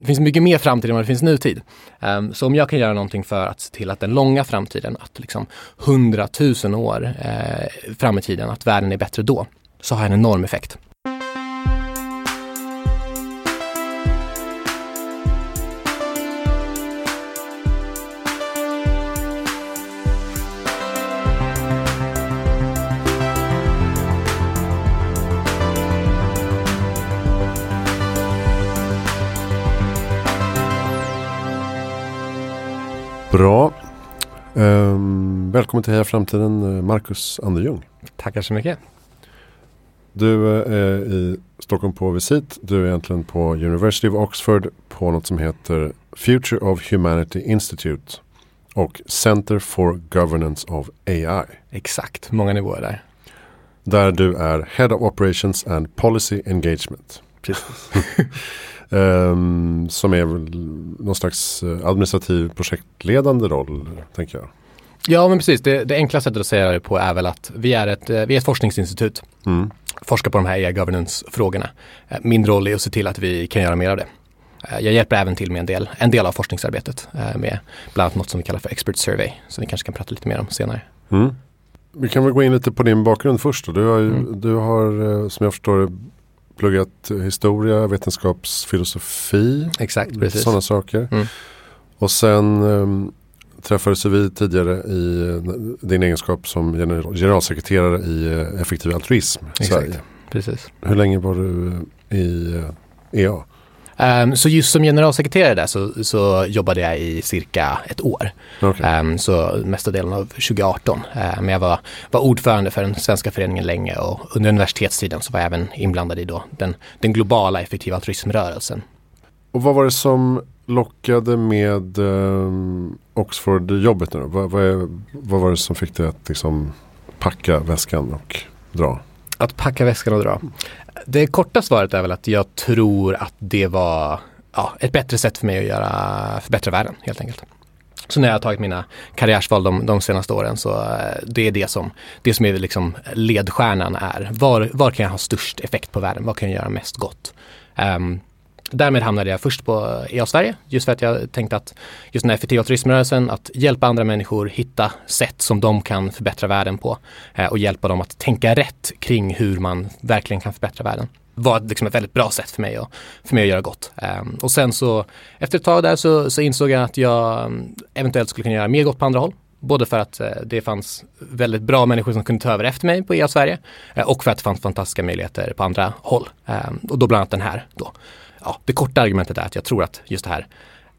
Det finns mycket mer framtid än vad det finns nutid. Så om jag kan göra någonting för att se till att den långa framtiden, att liksom 100 000 år fram i tiden, att världen är bättre då, så har jag en enorm effekt. Bra. Välkommen till Heja Framtiden, Marcus Anderljung. Tackar så mycket. Du är i Stockholm på visit. Du är egentligen på University of Oxford på något som heter Future of Humanity Institute och Center for Governance of AI. Exakt, många nivåer där. Där du är Head of Operations and Policy Engagement. Precis. Som är väl någon slags administrativ projektledande roll, tänker jag. Ja, men precis. Det enkla sättet att säga det på är väl att vi är ett forskningsinstitut. Forskar på de här AI-governance-frågorna. Min roll är att se till att vi kan göra mer av det. Jag hjälper även till med en del av forskningsarbetet med bland annat något som vi kallar för expert survey, som vi kanske kan prata lite mer om senare. Vi kan väl gå in lite på din bakgrund först då. Du har som jag förstår det, pluggat historia, vetenskapsfilosofi. Exakt, precis. Sådana saker. Och sen träffades vi tidigare i din egenskap som generalsekreterare i Effektiv Altruism i Sverige. Precis. Hur länge var du i EA? Så just som generalsekreterare där så jobbade jag i cirka ett år. Okay. Så mesta delen av 2018. Men jag var ordförande för den svenska föreningen länge, och under universitetstiden så var jag även inblandad i då den globala effektiva altruismrörelsen. Och vad var det som lockade med Oxford-jobbet nu då? Vad var det som fick dig att liksom packa väskan och dra? Att packa väskan och dra. Det korta svaret är väl att jag tror att det var ett bättre sätt för mig att förbättra världen, helt enkelt. Så när jag har tagit mina karriärsval de senaste åren, så det är det som är liksom ledstjärnan är. Var kan jag ha störst effekt på världen? Vad kan jag göra mest gott? Därmed hamnade jag först på EA Sverige, just för att jag tänkte att just den här effektiva turismrörelsen, att hjälpa andra människor hitta sätt som de kan förbättra världen på, och hjälpa dem att tänka rätt kring hur man verkligen kan förbättra världen, var liksom ett väldigt bra sätt för mig att göra gott. Och sen så efter ett tag där så insåg jag att jag eventuellt skulle kunna göra mer gott på andra håll. Både för att det fanns väldigt bra människor som kunde ta över efter mig på EA Sverige, och för att det fanns fantastiska möjligheter på andra håll. Och då bland annat den här då. Ja, det korta argumentet är att jag tror att just det här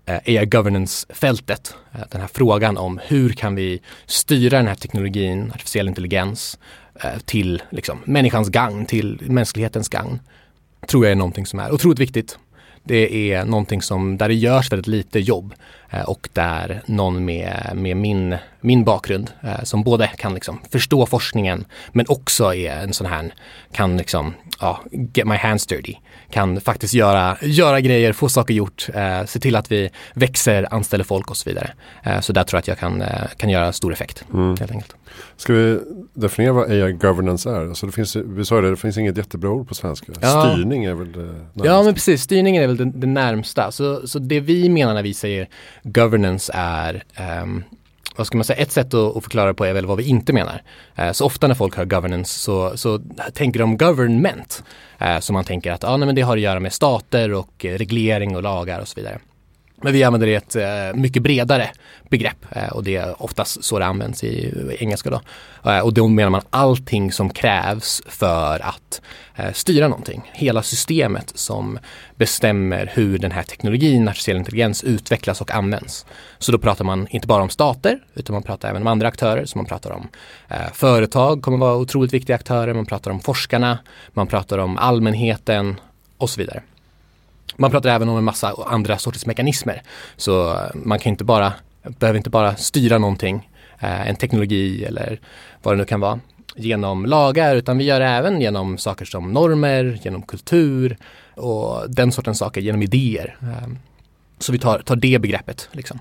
AI-governance-fältet, den här frågan om hur kan vi styra den här teknologin, artificiell intelligens, till liksom människans gagn, till mänsklighetens gagn, tror jag är någonting som är otroligt viktigt. Det är någonting där det görs väldigt lite jobb, och där någon med min bakgrund som både kan liksom förstå forskningen, men också är en sån här, kan liksom get my hands dirty, kan faktiskt göra grejer, få saker gjort, se till att vi växer, anställer folk och så vidare. Så där tror jag att jag kan göra stor effekt, helt enkelt. Ska vi definiera vad AI-governance är? Alltså vi sa det finns inget jättebra ord på svenska. Ja. Styrning är väl det närmsta. Ja, men precis. Styrning är väl det närmsta. Så det vi menar när vi säger governance är, vad ska man säga, ett sätt att förklara på är väl vad vi inte menar. Så ofta när folk hör governance så tänker de government. Så man tänker att men det har att göra med stater och reglering och lagar och så vidare. Men vi använder det ett mycket bredare begrepp, och det är oftast så det används i engelska då. Och då menar man allting som krävs för att styra någonting. Hela systemet som bestämmer hur den här teknologin, artificiell intelligens, utvecklas och används. Så då pratar man inte bara om stater, utan man pratar även om andra aktörer. Så man pratar om företag kommer vara otroligt viktiga aktörer, man pratar om forskarna, man pratar om allmänheten och så vidare. Man pratar även om en massa andra sorters mekanismer. Så man kan behöver inte bara styra någonting, en teknologi eller vad det nu kan vara, genom lagar, utan vi gör det även genom saker som normer, genom kultur och den sortens saker, genom idéer. Så vi tar det begreppet liksom,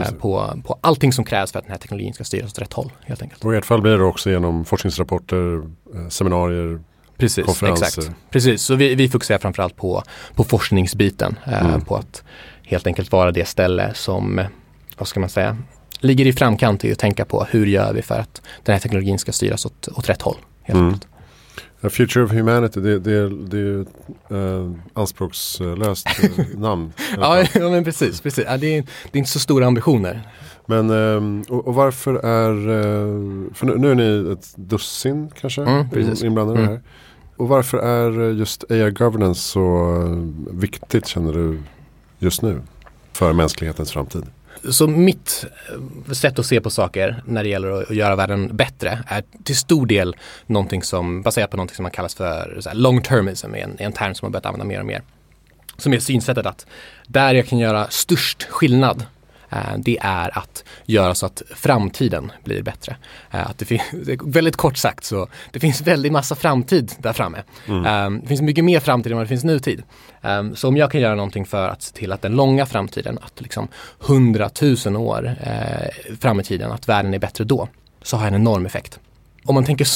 på allting som krävs för att den här teknologin ska styras åt rätt håll, helt enkelt. Och i ert fall blir det också genom forskningsrapporter, seminarier, konferenser. Exakt. Precis, så vi fokuserar framförallt på forskningsbiten. På att helt enkelt vara det ställe som, vad ska man säga, ligger i framkant i att tänka på hur gör vi för att den här teknologin ska styras åt rätt håll. Helt enkelt. A Future of Humanity, det är ju anspråkslöst namn. Ja, men precis. Ja, det är inte så stora ambitioner. Men och varför för nu är ni ett dussin kanske inblandade här. Och varför är just AI governance så viktigt, känner du, just nu för mänsklighetens framtid? Så mitt sätt att se på saker när det gäller att göra världen bättre är till stor del någonting som baserat på någonting som man kallas för long-termism, en term som man börjat använda mer och mer. Som är synsättet att där jag kan göra störst skillnad, det är att göra så att framtiden blir bättre. Att det finns, väldigt kort sagt, så det finns väldigt massa framtid där framme. Det finns mycket mer framtid än vad det finns nutid. Så om jag kan göra någonting för att se till att den långa framtiden, att liksom 100 000 år fram i tiden, att världen är bättre då, så har jag en enorm effekt. Om man tänker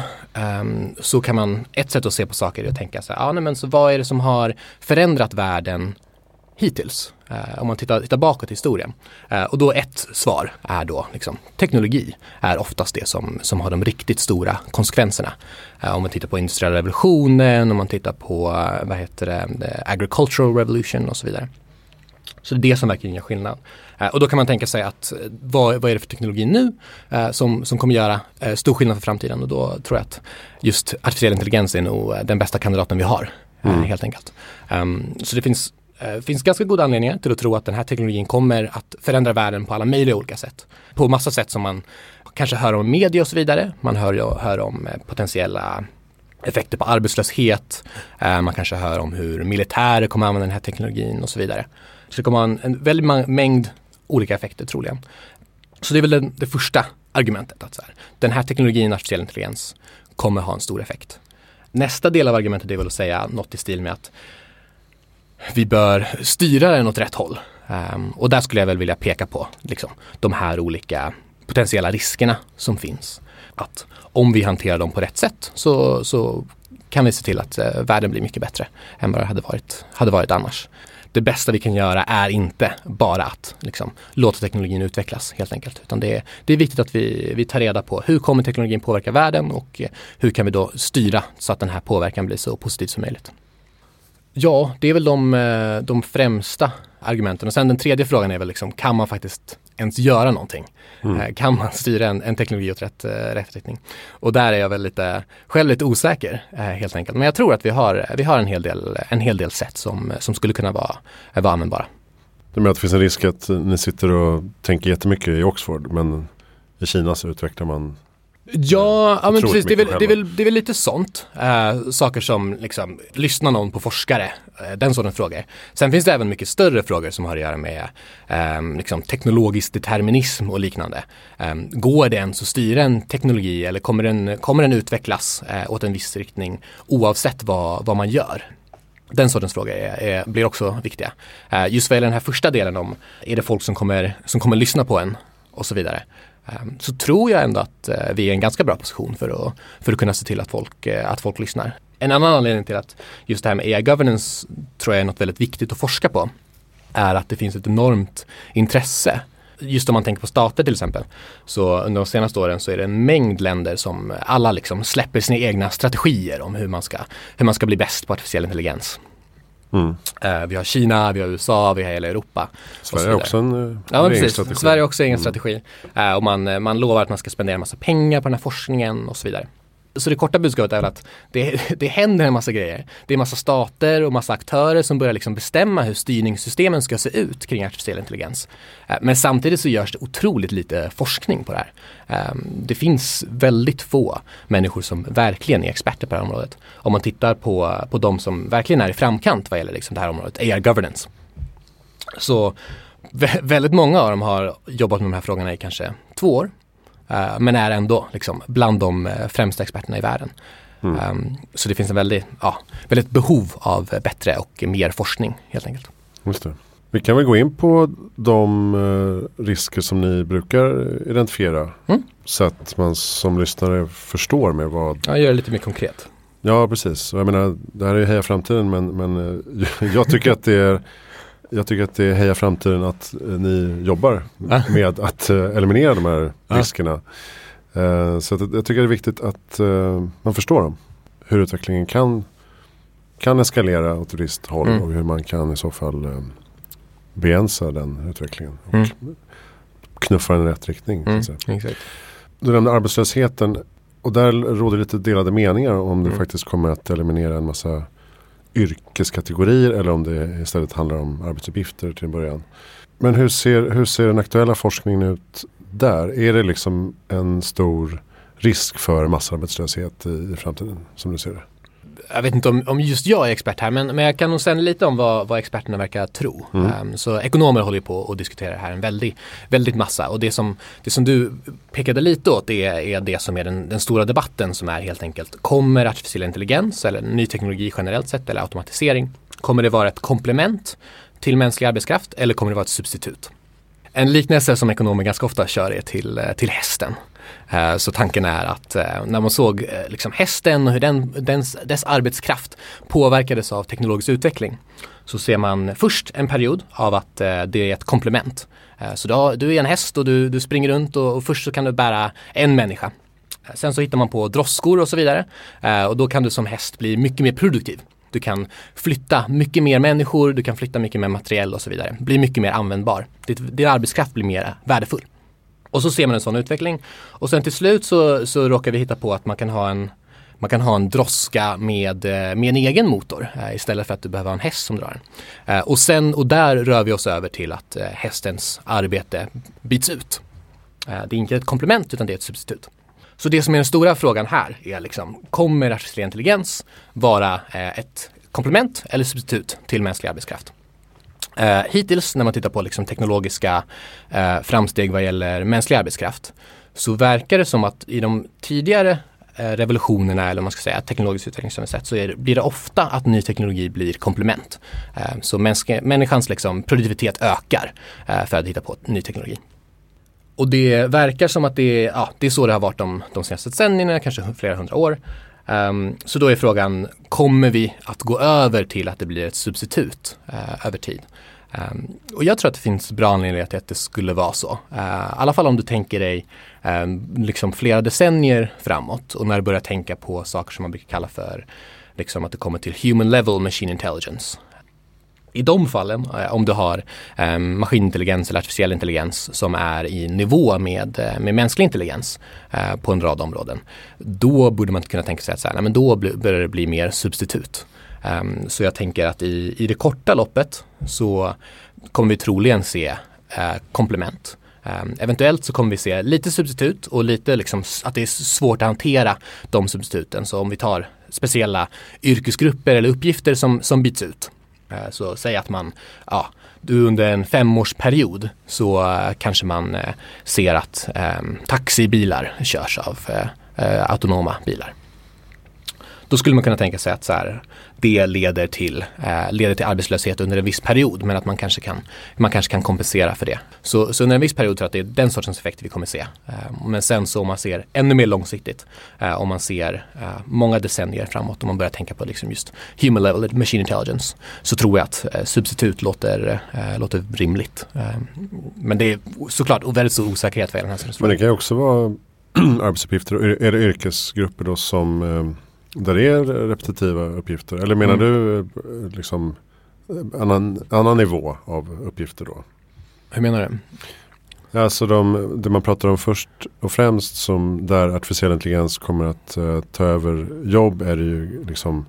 så kan man, ett sätt att se på saker är att tänka så här, men så vad är det som har förändrat världen hittills? Om man tittar bakåt i historien. Och då ett svar är då liksom, teknologi är oftast det som har de riktigt stora konsekvenserna. Om man tittar på industriella revolutionen, om man tittar på agricultural revolution och så vidare. Så det är det som verkligen gör skillnad. Och då kan man tänka sig att vad är det för teknologi nu som kommer göra stor skillnad för framtiden? Och då tror jag att just artificiell intelligens är nog den bästa kandidaten vi har, helt enkelt. Så det finns ganska goda anledningar till att tro att den här teknologin kommer att förändra världen på alla möjliga olika sätt. På massa sätt som man kanske hör om media och så vidare. Man hör om potentiella effekter på arbetslöshet. Man kanske hör om hur militärer kommer använda den här teknologin och så vidare. Så det kommer ha en väldigt mängd olika effekter troligen. Så det är väl det första argumentet. Att så här, den här teknologin, artificiell intelligens, kommer ha en stor effekt. Nästa del av argumentet är väl att säga något i stil med att vi bör styra den åt rätt håll. Och där skulle jag väl vilja peka på liksom, de här olika potentiella riskerna som finns. Att om vi hanterar dem på rätt sätt så kan vi se till att världen blir mycket bättre än vad det hade varit annars. Det bästa vi kan göra är inte bara att liksom, låta teknologin utvecklas helt enkelt. Utan det är viktigt att vi tar reda på hur kommer teknologin påverka världen och hur kan vi då styra så att den här påverkan blir så positiv som möjligt. Ja, det är väl de främsta argumenten. Och sen den tredje frågan är väl liksom, kan man faktiskt ens göra någonting? Kan man styra en teknologi åt rätt riktning? Och där är jag väl själv lite osäker helt enkelt. Men jag tror att vi har en hel del sätt som skulle kunna vara användbara. Det med att det finns en risk att ni sitter och tänker jättemycket i Oxford, men i Kina så utvecklar man Ja, men precis. Det är väl lite sånt. Saker som liksom, lyssna någon på forskare. Den sortens frågor. Sen finns det även mycket större frågor som har att göra med liksom, teknologisk determinism och liknande. Går det ens att styra en teknologi eller kommer den utvecklas åt en viss riktning oavsett vad man gör? Den sortens frågor blir också viktiga. Just vad gäller den här första delen om är det folk som kommer lyssna på en och så vidare. Så tror jag ändå att vi är i en ganska bra position för att kunna se till att folk lyssnar. En annan anledning till att just det här med AI governance tror jag är något väldigt viktigt att forska på är att det finns ett enormt intresse. Just om man tänker på stater till exempel, så under de senaste åren så är det en mängd länder som alla liksom släpper sina egna strategier om hur man ska bli bäst på artificiell intelligens. Vi har Kina, vi har USA, vi har hela Europa. Sverige har också en egen strategi. Sverige har också egen strategi. Och man lovar att man ska spendera en massa pengar på den här forskningen och så vidare. Så det korta budskapet är att det händer en massa grejer. Det är en massa stater och massa aktörer som börjar liksom bestämma hur styrningssystemen ska se ut kring artificiell intelligens. Men samtidigt så görs det otroligt lite forskning på det här. Det finns väldigt få människor som verkligen är experter på det här området. Om man tittar på de som verkligen är i framkant vad gäller liksom det här området, AI governance. Så väldigt många av dem har jobbat med de här frågorna i kanske 2 år. Men är ändå liksom bland de främsta experterna i världen. Så det finns en väldigt behov av bättre och mer forskning helt enkelt. Just det. Vi kan väl gå in på de risker som ni brukar identifiera så att man som lyssnare förstår med vad... Ja, gör det lite mer konkret. Ja, precis. Jag menar, det här är Heja Framtiden, men jag tycker att det är Heja Framtiden att ni jobbar med att eliminera de här riskerna. Så att jag tycker det är viktigt att man förstår dem. Hur utvecklingen kan eskalera åt ett visst håll och hur man kan i så fall begränsa den utvecklingen och knuffa den i rätt riktning. Exakt. Du nämnde arbetslösheten och där råder lite delade meningar om det faktiskt kommer att eliminera en massa yrkeskategorier eller om det istället handlar om arbetsuppgifter till en början. Men hur ser den aktuella forskningen ut där? Är det liksom en stor risk för massarbetslöshet i framtiden som du ser det? Jag vet inte om just jag är expert här, men jag kan nog säga lite om vad experterna verkar tro. Så ekonomer håller på att diskutera det här en väldigt massa. Och det som du pekade lite åt är det som är den stora debatten, som är helt enkelt: kommer artificiell intelligens eller ny teknologi generellt sett eller automatisering, kommer det vara ett komplement till mänsklig arbetskraft eller kommer det vara ett substitut? En liknelse som ekonomer ganska ofta kör är till hästen. Så tanken är att när man såg liksom hästen och hur dess arbetskraft påverkades av teknologisk utveckling, så ser man först en period av att det är ett komplement. Så du är en häst och du springer runt och först så kan du bära en människa. Sen så hittar man på droskor och så vidare, och då kan du som häst bli mycket mer produktiv. Du kan flytta mycket mer människor, du kan flytta mycket mer materiell och så vidare. Bli mycket mer användbar. Din arbetskraft blir mer värdefull. Och så ser man en sån utveckling. Och sen till slut så råkar vi hitta på att man kan ha en droska med en egen motor istället för att du behöver ha en häst som drar den. Och där rör vi oss över till att hästens arbete byts ut. Det är inte ett komplement utan det är ett substitut. Så det som är den stora frågan här är liksom: kommer artificiell intelligens vara ett komplement eller substitut till mänsklig arbetskraft? Hittills när man tittar på liksom teknologiska framsteg vad gäller mänsklig arbetskraft, så verkar det som att i de tidigare revolutionerna, eller man ska säga teknologisk utveckling som vi sett, så blir det ofta att ny teknologi blir komplement. Så människans liksom produktivitet ökar för att hitta på ny teknologi. Och det verkar som att det är så det har varit de senaste decennierna, kanske flera hundra år. Så då är frågan: kommer vi att gå över till att det blir ett substitut över tid? Och jag tror att det finns bra anledningar till att det skulle vara så. I alla fall om du tänker dig liksom flera decennier framåt, och när du börjar tänka på saker som man brukar kalla för liksom att det kommer till human level machine intelligence. I de fallen, om du har maskinintelligens eller artificiell intelligens som är i nivå med mänsklig intelligens på en rad områden, då borde man kunna tänka sig att men då börjar det bli mer substitut. Så jag tänker att i det korta loppet så kommer vi troligen se komplement. Eventuellt så kommer vi se lite substitut och lite liksom att det är svårt att hantera de substituten. Så om vi tar speciella yrkesgrupper eller uppgifter som byts ut. Så säg att du under en 5-årsperiod så kanske man ser att taxibilar körs av autonoma bilar. Då skulle man kunna tänka sig att det leder till arbetslöshet under en viss period, men att man kanske kan kompensera för det. Så under en viss period tror jag att det är den sortens effekter vi kommer se. Men sen så om man ser ännu mer långsiktigt, om man ser många decennier framåt, om man börjar tänka på liksom just human level machine intelligence, så tror jag att substitut låter rimligt. Men det är såklart väldigt stor osäkerhet för den här. Men det kan ju också vara arbetsuppgifter. Är det yrkesgrupper då som där det är repetitiva uppgifter? Eller menar du liksom annan nivå av uppgifter då? Hur menar du? Alltså det man pratar om först och främst som där artificiell intelligens kommer att ta över jobb, är det ju liksom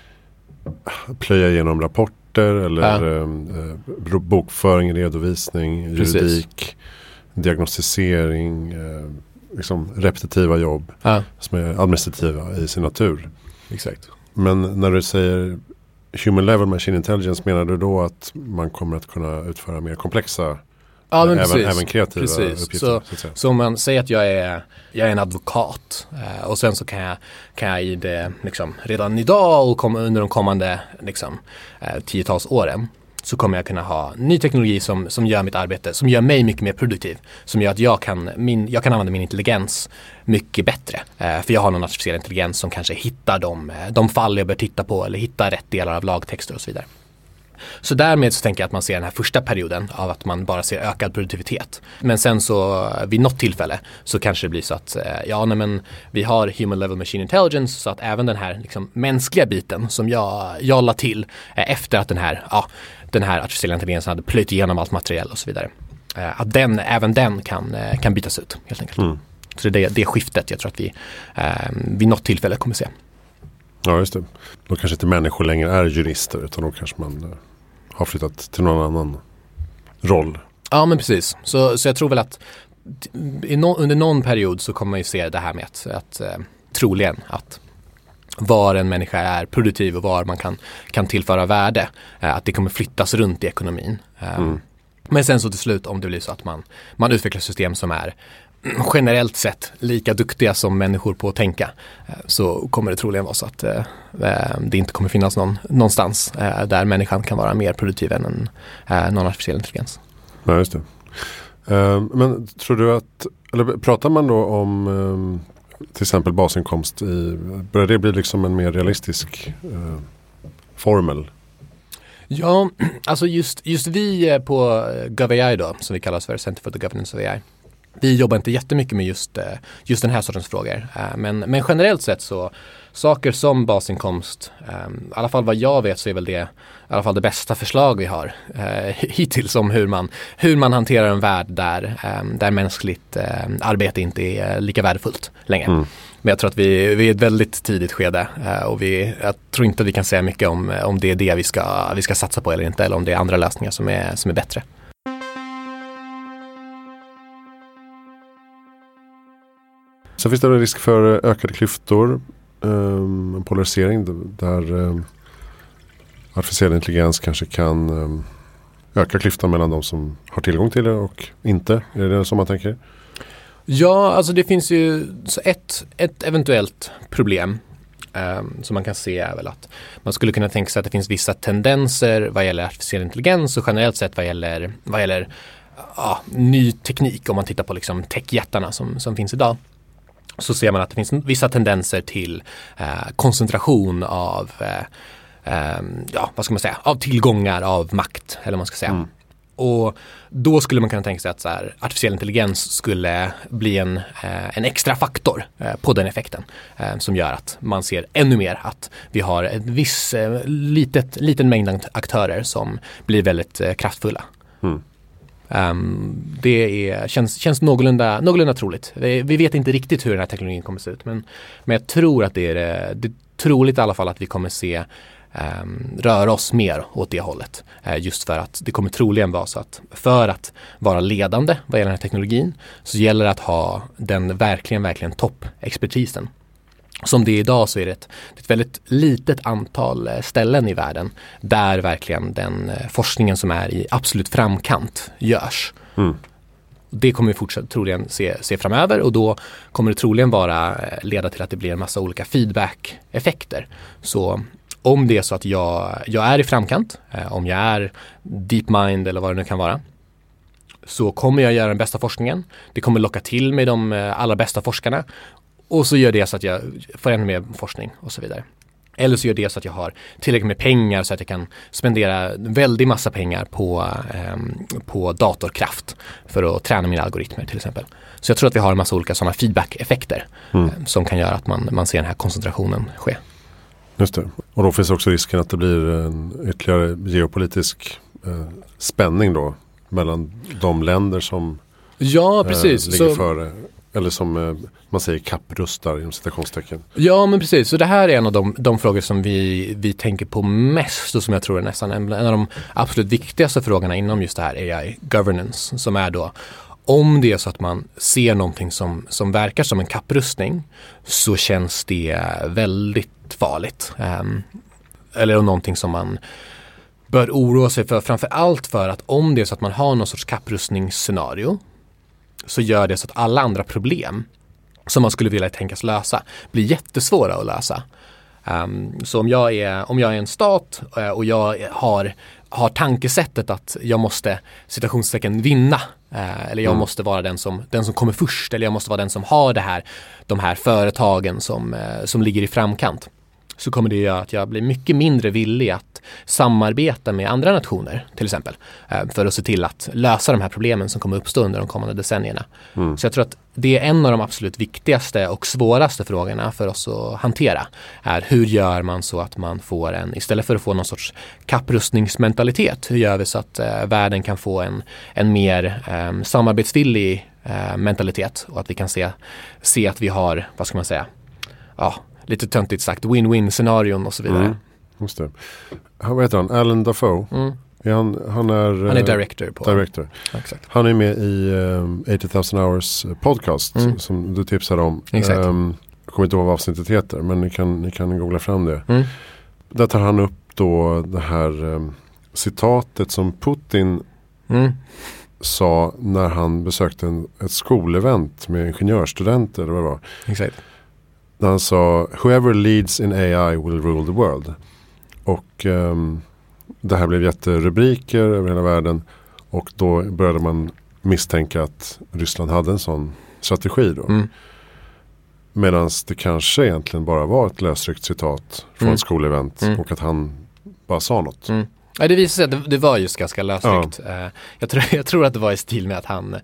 plöja igenom rapporter eller bokföring, redovisning, juridik, diagnostisering, liksom repetitiva jobb som är administrativa i sin natur. Exakt. Men när du säger human level machine intelligence, menar du då att man kommer att kunna utföra mer komplexa, även kreativa uppgifter? Så om man säger att jag är en advokat och sen så kan jag i det liksom redan idag och under de kommande liksom 10-tals åren, så kommer jag kunna ha ny teknologi som gör mitt arbete, som gör mig mycket mer produktiv, som gör att jag kan använda min intelligens mycket bättre. För jag har någon artificiell intelligens som kanske hittar de fall jag bör titta på eller hittar rätt delar av lagtexter och så vidare. Så därmed så tänker jag att man ser den här första perioden av att man bara ser ökad produktivitet. Men sen så vid något tillfälle så kanske det blir så att vi har human level machine intelligence, så att även den här liksom mänskliga biten som jag la till efter att den här artificiella intelligensen hade plöjt igenom allt material och så vidare. Att även den kan bytas ut helt enkelt. Mm. Så det är det skiftet jag tror att vi vid något tillfälle kommer se. Ja, just det. Då kanske inte människor längre är jurister, utan då kanske man har flyttat till någon annan roll. Ja, men precis. Så jag tror väl att under någon period så kommer man ju se det här med att troligen att var en människa är produktiv och var man kan tillföra värde, att det kommer flyttas runt i ekonomin. Men sen så till slut, om det blir så att man utvecklar system som är generellt sett lika duktiga som människor på att tänka, så kommer det troligen vara så att det inte kommer finnas någonstans där människan kan vara mer produktiv än någon artificiell intelligens. Ja, just det. Men tror du eller pratar man då om till exempel basinkomst börjar det bli liksom en mer realistisk formel? Ja, alltså just vi på GovAI då, som vi kallas för Center for the Governance of AI, vi jobbar inte jättemycket med just den här sortens frågor. Men generellt sett så saker som basinkomst, i alla fall vad jag vet så är väl det i alla fall det bästa förslag vi har hittills om hur man hanterar en värld där mänskligt arbete inte är lika värdefullt längre. Mm. Men jag tror att vi är i ett väldigt tidigt skede och jag tror inte att vi kan säga mycket om det är det vi ska satsa på eller inte, eller om det är andra lösningar som är bättre. Så finns det en risk för ökade klyftor, en polarisering där artificiell intelligens kanske kan öka klyftan mellan de som har tillgång till det och inte. Är det så man tänker? Ja, alltså det finns ju ett eventuellt problem som man kan se är väl att man skulle kunna tänka sig att det finns vissa tendenser vad gäller artificiell intelligens och generellt sett vad gäller ny teknik. Om man tittar på liksom techjättarna som finns idag, så ser man att det finns vissa tendenser till koncentration av av tillgångar, av makt, eller vad man ska säga. Mm. Och då skulle man kunna tänka sig att artificiell intelligens skulle bli en extra faktor på den effekten som gör att man ser ännu mer att vi har en viss liten mängd aktörer som blir väldigt kraftfulla. Mm. Det känns någorlunda troligt. Vi vet inte riktigt hur den här teknologin kommer se ut, men jag tror att det är troligt i alla fall att vi kommer se röra oss mer åt det hållet. Just för att det kommer troligen vara så att för att vara ledande vad gäller den här teknologin så gäller det att ha den verkligen toppexpertisen. Som det är idag så är det ett väldigt litet antal ställen i världen där verkligen den forskningen som är i absolut framkant görs. Mm. Det kommer vi troligen se framöver, och då kommer det troligen leda till att det blir en massa olika feedback-effekter. Så om det är så att jag är i framkant, om jag är DeepMind eller vad det nu kan vara, så kommer jag göra den bästa forskningen. Det kommer locka till mig de allra bästa forskarna. Och så gör det så att jag får ännu mer forskning och så vidare. Eller så gör det så att jag har tillräckligt med pengar så att jag kan spendera väldigt massa pengar på datorkraft för att träna mina algoritmer till exempel. Så jag tror att vi har en massa olika sådana feedback-effekter som kan göra att man ser den här koncentrationen ske. Just det. Och då finns också risken att det blir en ytterligare geopolitisk spänning då mellan de länder som ligger före. Eller som man säger kapprustar inom citationstecken. Ja, men precis. Så det här är en av de frågor som vi tänker på mest och som jag tror är nästan en av de absolut viktigaste frågorna inom just det här AI governance, som är då om det är så att man ser någonting som verkar som en kapprustning, så känns det väldigt farligt. Eller någonting som man bör oroa sig för, framför allt för att om det är så att man har någon sorts kapprustningsscenario, så gör det så att alla andra problem som man skulle vilja tänkas lösa blir jättesvåra att lösa. Så om jag är en stat och jag har har tankesättet att jag måste citationstecken vinna eller jag måste vara den som kommer först, eller jag måste vara den som har de här företagen som ligger i framkant, så kommer det göra att jag blir mycket mindre villig att samarbeta med andra nationer till exempel för att se till att lösa de här problemen som kommer uppstå under de kommande decennierna. Så jag tror att det är en av de absolut viktigaste och svåraste frågorna för oss att hantera, är hur gör man så att man får istället för att få någon sorts kapprustningsmentalitet, hur gör vi så att världen kan få en mer samarbetsvillig mentalitet, och att vi kan se att vi har, vad ska man säga, lite töntigt sagt, win-win scenarion och så vidare. Just det. Vad heter han? Alan Dafoe. Han är director på. Director. Exakt. Han är med i 80,000 Hours podcast som du tipsade om. Exakt. Jag kommer inte ihåg vad avsnittet heter, men ni kan googla fram det. Där tar han upp då det här citatet som Putin sa när han besökte ett skolevent med ingenjörsstudenter eller vad det var. Exakt. När han sa "Whoever leads in AI will rule the world". Och det här blev jätterubriker över hela världen, och då började man misstänka att Ryssland hade en sån strategi då. Medan det kanske egentligen bara var ett lösryckt citat från ett skolevent och att han bara sa något. Ja, det visade sig att det var just ganska lösryckt. Jag tror att det var i stil med att han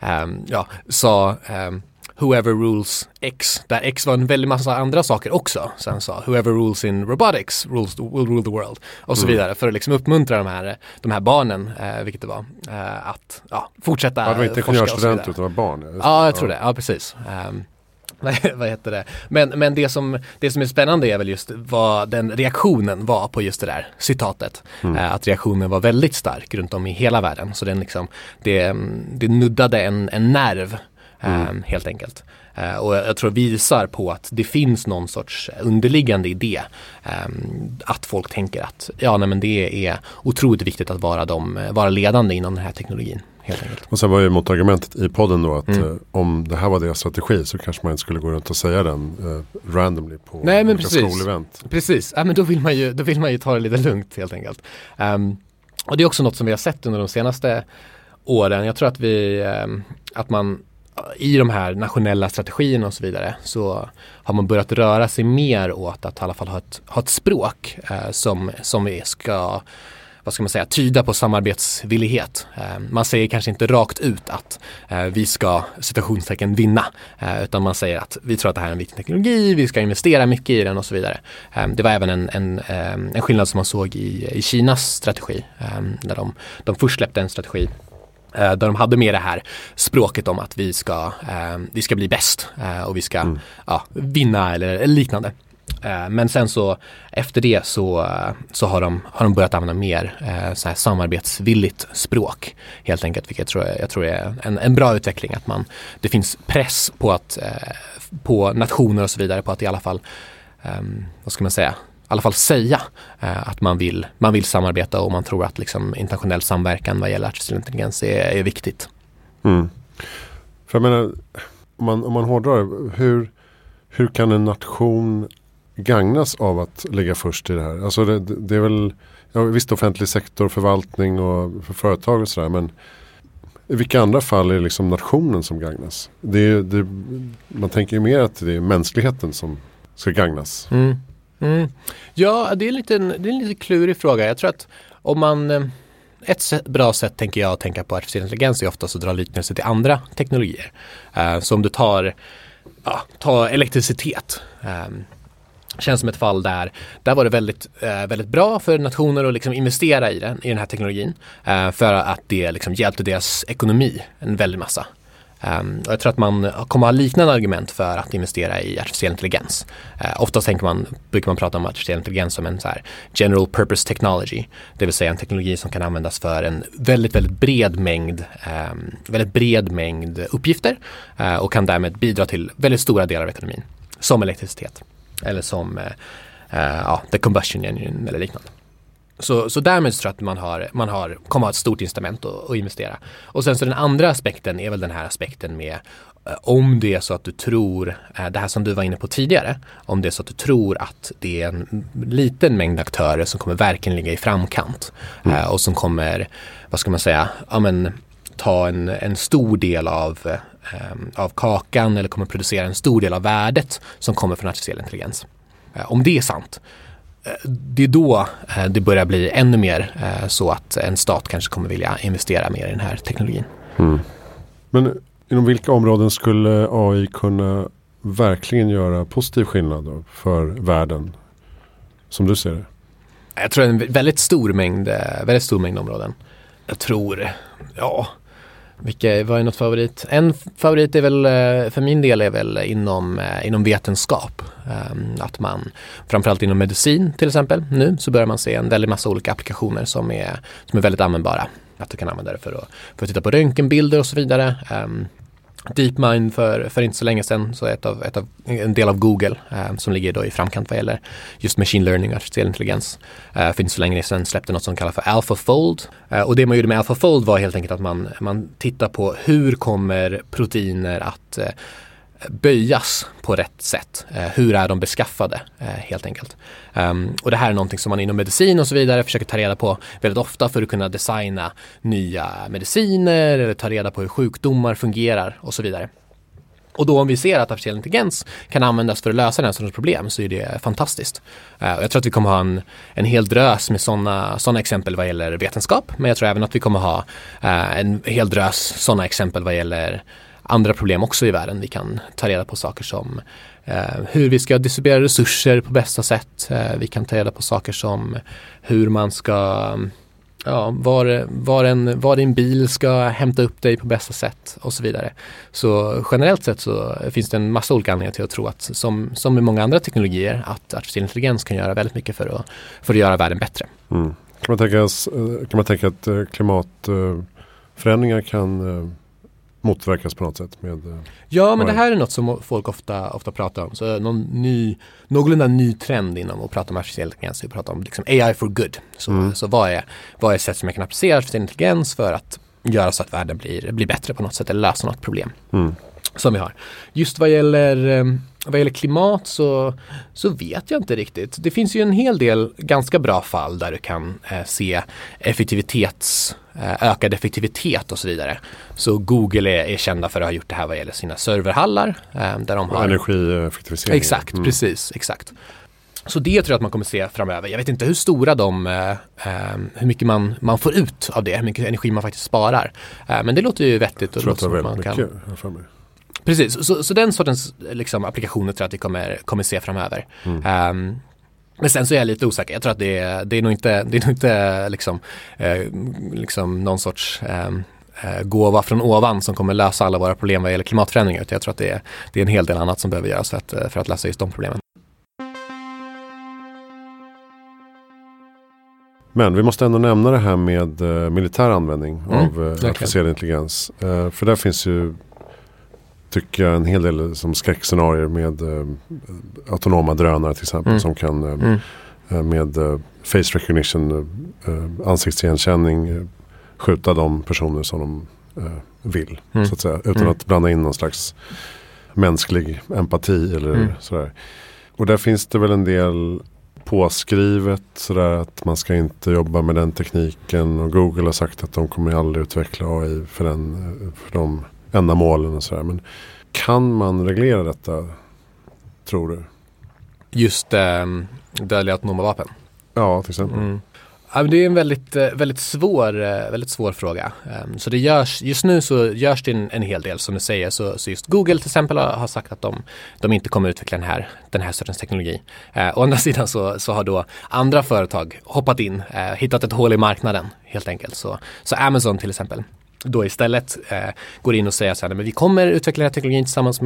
sa "Whoever rules X", där X var en väldigt massa andra saker också. Sen sa "Whoever rules in robotics will rule the world", och så vidare, för att liksom uppmuntra de här barnen, vilket det var, att fortsätta det var inte forska ingenjörsstudenter utan det var barn. Ja, jag tror det. Ja, precis. Vad heter det? Men det som är spännande är väl just vad den reaktionen var på just det där citatet. Att reaktionen var väldigt stark runt om i hela världen. Så det nuddade en nerv helt enkelt. Och jag tror visar på att det finns någon sorts underliggande idé, att folk tänker att det är otroligt viktigt att vara ledande inom den här teknologin, helt enkelt. Och sen var ju motargumentet i podden då att om det här var deras strategi så kanske man inte skulle gå runt och säga den randomly på skolevent. Precis, men då vill man ju ta det lite lugnt, helt enkelt. Och det är också något som vi har sett under de senaste åren. Jag tror att man i de här nationella strategierna och så vidare, så har man börjat röra sig mer åt att i alla fall ha ett språk som ska, vad ska man säga, tyda på samarbetsvillighet. Man säger kanske inte rakt ut att vi ska citationstecken vinna, utan man säger att vi tror att det här är en viktig teknologi, vi ska investera mycket i den och så vidare. Det var även en skillnad som man såg i Kinas strategi, när de först släppte en strategi där de hade med det här språket om att vi ska bli bäst och vi ska vinna eller liknande. Men sen så efter det så har de börjat använda mer så här samarbetsvilligt språk, helt enkelt, vilket jag tror är en bra utveckling, att det finns press på nationer och så vidare på att i alla fall vad ska man säga, i alla fall säga att man vill samarbeta, och man tror att liksom internationell samverkan vad gäller artificiell intelligens är viktigt. För jag menar, om man hårdrar, hur kan en nation gagnas av att ligga först i det här? Alltså det är väl, visst, offentlig sektor, förvaltning och för företag och sådär, men i vilka andra fall är det liksom nationen som gagnas? Man tänker ju mer att det är mänskligheten som ska gagnas. Ja, det är en lite klurig fråga. Jag tror att om man bra sätt tänker jag att tänka på artificiell intelligens är ofta att dra liknelse till andra teknologier. Så om du tar elektricitet, känns som ett fall där var det väldigt, väldigt bra för nationer att liksom investera i den här teknologin, för att det liksom hjälpte deras ekonomi en väldig massa. Och jag tror att man kommer ha liknande argument för att investera i artificiell intelligens. Oftast brukar man prata om artificiell intelligens som en så här general purpose technology, det vill säga en teknologi som kan användas för en väldigt, väldigt bred mängd uppgifter, och kan därmed bidra till väldigt stora delar av ekonomin, som elektricitet eller som the combustion engine eller liknande. Så därmed så tror jag att man kommer ha ett stort incitament att investera. Och sen så den andra aspekten är väl den här aspekten med om det är så att du tror, det här som du var inne på tidigare, om det är så att du tror att det är en liten mängd aktörer som kommer verkligen ligga i framkant och som kommer, vad ska man säga, ta en stor del av kakan eller kommer producera en stor del av värdet som kommer från artificiell intelligens. Om det är sant, det är då det börjar bli ännu mer så att en stat kanske kommer vilja investera mer i den här teknologin. Men inom vilka områden skulle AI kunna verkligen göra positiv skillnad då för världen som du ser det? Jag tror en väldigt stor mängd områden. Jag tror, vad är något favorit? En favorit är väl, för min del är väl inom vetenskap. Att man, framförallt inom medicin till exempel, nu så börjar man se en väldigt massa olika applikationer som är väldigt användbara. Att du kan använda det för att titta på röntgenbilder och så vidare. DeepMind för inte så länge sedan så är en del av Google som ligger då i framkant vad gäller just machine learning och artificiell intelligens. För inte så länge sedan släppte något som kallas för AlphaFold. Och det man gjorde med AlphaFold var helt enkelt att man tittar på hur kommer proteiner att böjas på rätt sätt. Hur är de beskaffade helt enkelt. Och det här är någonting som man inom medicin och så vidare försöker ta reda på väldigt ofta för att kunna designa nya mediciner eller ta reda på hur sjukdomar fungerar och så vidare. Och då om vi ser att artificiell intelligens kan användas för att lösa den sortens problem så är det fantastiskt. Och jag tror att vi kommer ha en hel drös med sådana exempel vad gäller vetenskap, men jag tror även att vi kommer ha en hel drös sådana exempel vad gäller andra problem också i världen. Vi kan ta reda på saker som hur vi ska distribuera resurser på bästa sätt. Vi kan ta reda på saker som hur man ska, var din bil ska hämta upp dig på bästa sätt och så vidare. Så generellt sett så finns det en massa olika anledningar till att tro att som med många andra teknologier att artificiell intelligens kan göra väldigt mycket för att göra världen bättre. Kan man tänka att klimatförändringar kan motverkas på något sätt med men det här är något som folk ofta pratar om. Så någorlunda ny trend inom att prata om artificiell intelligens. Vi pratar om liksom AI for good. Så vad är sätt som jag kan applicera artificiell intelligens för att göra så att världen blir bättre på något sätt eller lösa något problem som vi har. Just vad gäller klimat så vet jag inte riktigt. Det finns ju en hel del ganska bra fall där du kan se ökad effektivitet och så vidare. Så Google är kända för att ha gjort det här vad gäller sina serverhallar. Där de har energieffektivisering. Exakt, precis, exakt. Så det tror jag att man kommer se framöver. Jag vet inte hur stora hur mycket man får ut av det, hur mycket energi man faktiskt sparar. Men det låter ju vettigt. Och jag tror att det är väldigt mycket för mig. Precis, så den sortens liksom, applikationer tror jag att vi kommer se framöver. Men sen så är jag lite osäker. Jag tror att det är nog inte liksom någon sorts gåva från ovan som kommer lösa alla våra problem vad gäller klimatförändringar. Jag tror att det är en hel del annat som behöver göras för att lösa just de problemen. Men vi måste ändå nämna det här med militär användning av artificiell intelligens. För där finns ju, tycker jag, en hel del som skräckscenarier med autonoma drönare till exempel som kan med face recognition, ansiktsigenkänning skjuta de personer som de vill så att säga, utan att blanda in någon slags mänsklig empati eller sådär. Och där finns det väl en del påskrivet sådär att man ska inte jobba med den tekniken, och Google har sagt att de kommer aldrig utveckla AI för de ändamålen och sådär. Men kan man reglera detta, tror du? Just dödliga autonoma vapen? Ja, till exempel. Det är en väldigt svår fråga. Så det just nu så görs det en hel del som du säger. Så just Google till exempel har sagt att de inte kommer utveckla den här sortens teknologi. Å andra sidan så har då andra företag hoppat in, hittat ett hål i marknaden helt enkelt. Så Amazon till exempel då istället går in och säger så här, men vi kommer utveckla den här teknologin tillsammans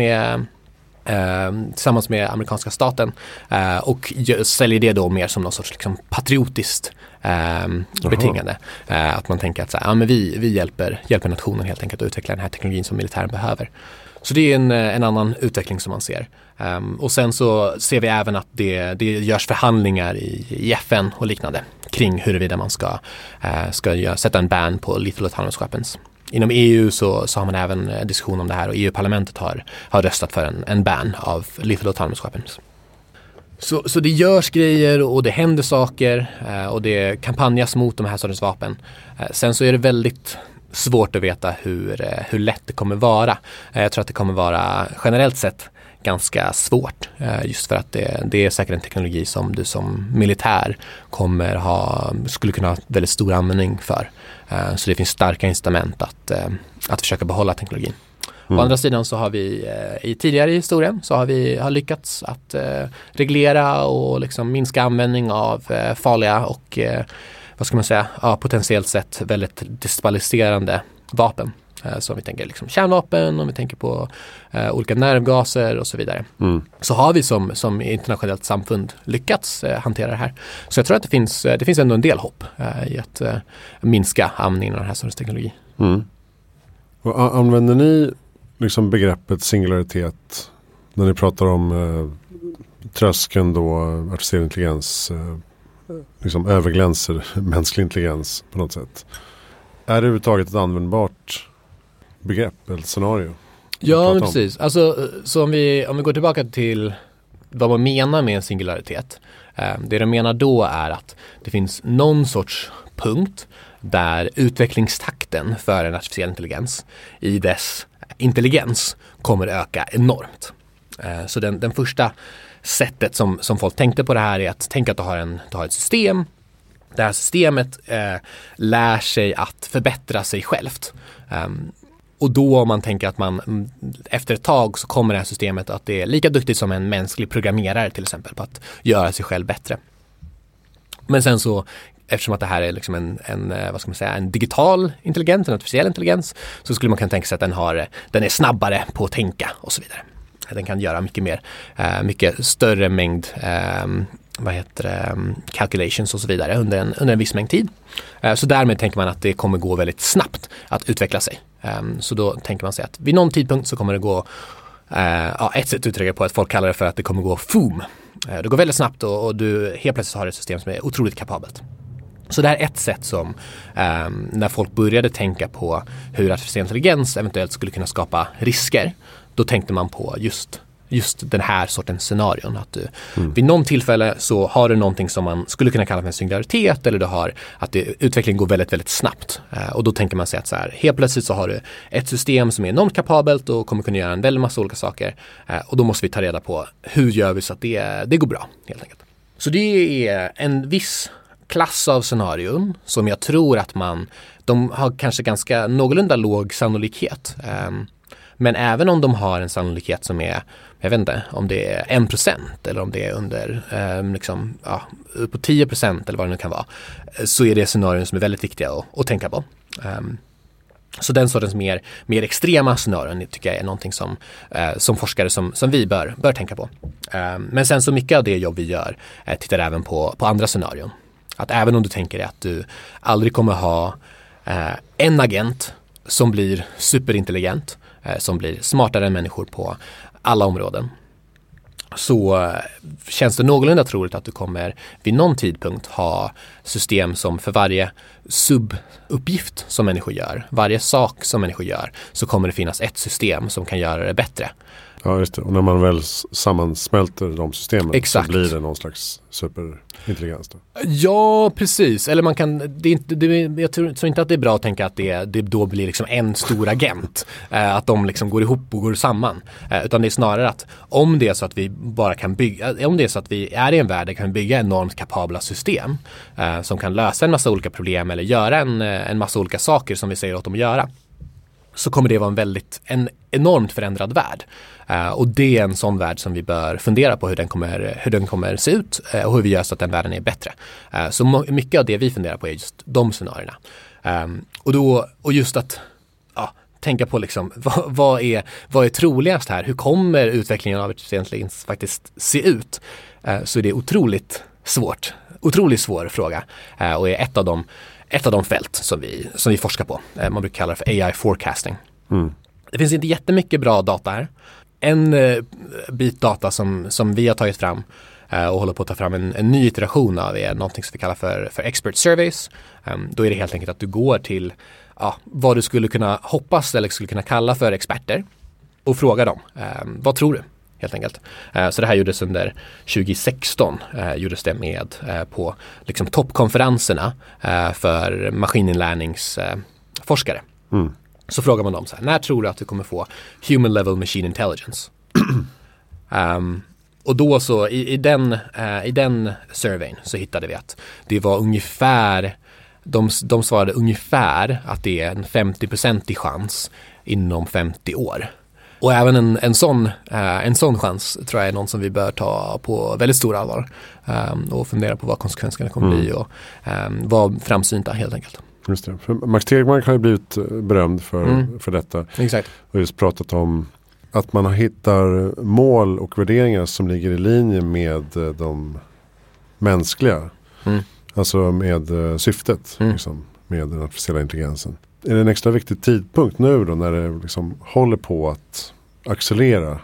med amerikanska staten och säljer det då mer som någon sorts liksom patriotiskt betingande. Att man tänker att så här, men vi hjälper nationen helt enkelt att utveckla den här teknologin som militären behöver. Så det är en annan utveckling som man ser. Och sen så ser vi även att det görs förhandlingar i FN och liknande kring huruvida man ska sätta en ban på lethal autonomous weapons. Inom EU så har man även diskussion om det här och EU-parlamentet har röstat för en ban av lethal autonomous weapons. Så det görs grejer och det händer saker och det kampanjas mot de här sortens vapen. Sen så är det väldigt svårt att veta hur lätt det kommer vara. Jag tror att det kommer vara generellt sett ganska svårt just för att det är säkert en teknologi som du som militär skulle kunna ha väldigt stor användning för. Så det finns starka incitament att försöka behålla teknologin. Å andra sidan så har vi tidigare i historien så har lyckats att reglera och liksom minska användning av farliga och vad ska man säga, potentiellt sett väldigt destabiliserande vapen. Så om vi tänker liksom kärnvapen, om vi tänker på olika nervgaser och så vidare. Så har vi som internationellt samfund lyckats hantera det här. Så jag tror att det finns ändå en del hopp i att minska användningen av den här sortens teknologi. Och använder ni liksom begreppet singularitet när ni pratar om tröskeln då artificiell intelligens liksom överglänser mänsklig intelligens på något sätt? Är det överhuvudtaget ett användbart begrepp eller scenario? Ja, men precis. Alltså, så om vi går tillbaka till vad man menar med en singularitet. Det de menar då är att det finns någon sorts punkt där utvecklingstakten för en artificiell intelligens i dess intelligens kommer öka enormt. Så den första sättet som folk tänkte på det här är att tänka att du har ett system. Det här systemet lär sig att förbättra sig självt. Och då om man tänker att man efter ett tag så kommer det här systemet att det är lika duktigt som en mänsklig programmerare till exempel på att göra sig själv bättre. Men sen så eftersom att det här är liksom en digital intelligens, en artificiell intelligens, så skulle man kunna tänka sig att den är snabbare på att tänka och så vidare. Den kan göra mycket större mängd calculations och så vidare under en viss mängd tid. Så därmed tänker man att det kommer gå väldigt snabbt att utveckla sig. Så då tänker man sig att vid någon tidpunkt så kommer det gå ett sätt uttrycka på att folk kallar det för att det kommer gå FOOM. Det går väldigt snabbt och du helt plötsligt har ett system som är otroligt kapabelt. Så det här är ett sätt som när folk började tänka på hur artificiell intelligens eventuellt skulle kunna skapa risker, då tänkte man på just den här sortens scenarion. Att du vid någon tillfälle så har du någonting som man skulle kunna kalla för en singularitet, eller du har att utvecklingen går väldigt, väldigt snabbt. Och då tänker man sig att så här, helt plötsligt så har du ett system som är enormt kapabelt och kommer kunna göra en väldigt massa olika saker. Och då måste vi ta reda på hur gör vi så att det går bra, helt enkelt. Så det är en viss klass av scenarion som jag tror att de har kanske ganska någorlunda låg sannolikhet. Men även om de har en sannolikhet som är, jag vet inte, om det är 1% eller om det är under upp på 10% eller vad det nu kan vara, så är det scenarion som är väldigt viktiga att tänka på. Så den sortens mer extrema scenarion tycker jag är någonting som forskare som vi bör tänka på. Men sen så mycket av det jobb vi gör tittar även på andra scenarion. Att även om du tänker att du aldrig kommer ha en agent som blir superintelligent, som blir smartare än människor på alla områden, så känns det någorlunda troligt att du kommer vid någon tidpunkt ha system som för varje subuppgift som människor gör, varje sak som människor gör, så kommer det finnas ett system som kan göra det bättre. Ja, just det. Och när man väl sammansmälter de systemen, exakt, så blir det någon slags superintelligens då? Ja, precis. Eller man kan, jag tror inte att det är bra att tänka att det då blir liksom en stor agent. Att de liksom går ihop och går samman. Utan det är snarare att om det är så att vi bara kan bygga, om det är så att vi är i en värld där vi kan bygga enormt kapabla system som kan lösa en massa olika problem eller göra en massa olika saker som vi säger åt dem att göra, så kommer det vara en enormt förändrad värld. Och det är en sån värld som vi bör fundera på hur den kommer se ut och hur vi gör så att den världen är bättre. Så mycket av det vi funderar på är just de scenarierna. Och just att tänka på liksom, vad är troligast här? Hur kommer utvecklingen av artificiell intelligens faktiskt se ut? Så det är otroligt svår fråga och är ett av de fält som vi forskar på. Man brukar kalla det för AI forecasting. Det finns inte jättemycket bra data här. En bit data som vi har tagit fram och håller på att ta fram en ny iteration av någonting som vi kallar för expert surveys. Då är det helt enkelt att du går till vad du skulle kunna hoppas eller skulle kunna kalla för experter och fråga dem, vad tror du? Helt enkelt. Så det här gjordes under 2016 gjordes det med på liksom toppkonferenserna för maskininlärningsforskare. Så frågar man dem så här, när tror du att du kommer få human level machine intelligence? Och då så i den surveyn så hittade vi att det var ungefär de svarade ungefär att det är en 50% chans inom 50 år. Och även en sån chans tror jag är någon som vi bör ta på väldigt stor allvar och fundera på vad konsekvenserna kommer bli och vara framsynta helt enkelt. Just det. För Max Tegmark har ju blivit berömd för detta. Exakt. Och just pratat om att man hittar mål och värderingar som ligger i linje med de mänskliga. Alltså med syftet liksom, med den artificiella intelligensen. Är det en extra viktig tidpunkt nu då när det liksom håller på att accelerera?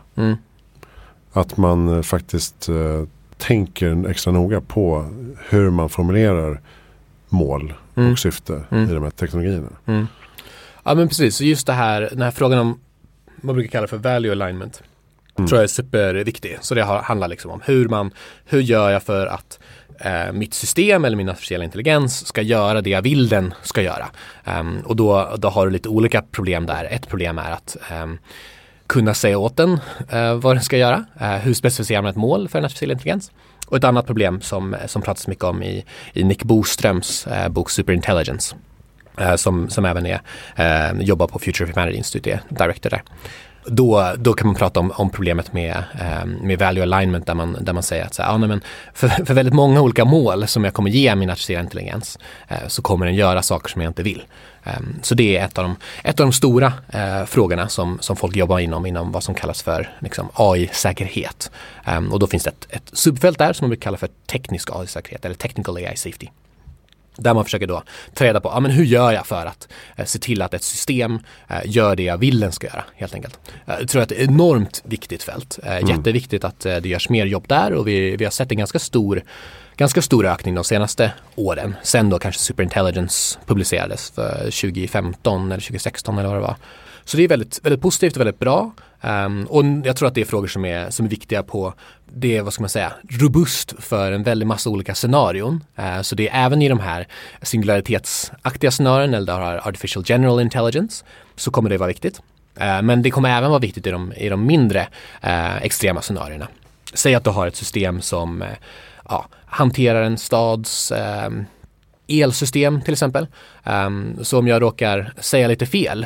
Att man faktiskt tänker extra noga på hur man formulerar mål och syfte i de här teknologierna. Ja men precis, så just den här frågan om man brukar kalla för value alignment tror jag är superviktig. Så det handlar liksom om hur gör jag för att mitt system eller min artificiella intelligens ska göra det jag vill den ska göra. Och då har du lite olika problem där. Ett problem är att kunna säga åt den vad den ska göra. Hur specificerar man ett mål för en artificiell intelligens? Och ett annat problem som pratas mycket om i Nick Boströms bok Superintelligence. Som även jobbar på Future of Humanity Institute, director där. Då kan man prata om problemet med value alignment där man säger att så här, men för väldigt många olika mål som jag kommer ge min artificiella intelligens så kommer den göra saker som jag inte vill. Så det är ett av de stora frågorna som folk jobbar inom vad som kallas för liksom, AI-säkerhet. Och då finns det ett subfält där som man brukar kalla för teknisk AI-säkerhet eller technical AI safety. Där man försöker då ta reda på men hur gör jag för att se till att ett system gör det jag vill den ska göra helt enkelt. Jag tror att det är ett enormt viktigt fält. Jätteviktigt att det görs mer jobb där och vi har sett en ganska stor ökning de senaste åren. Sen då kanske Superintelligence publicerades för 2015 eller 2016 eller vad det var. Så det är väldigt, väldigt positivt och väldigt bra. Och jag tror att det är frågor som är viktiga på det, vad ska man säga, robust för en väldigt massa olika scenarion. Så det är även i de här singularitetsaktiga scenarion eller där har artificial general intelligence så kommer det vara viktigt. Men det kommer även vara viktigt i de mindre extrema scenarierna. Säg att du har ett system som hanterar en stads elsystem till exempel. Så om jag råkar säga lite fel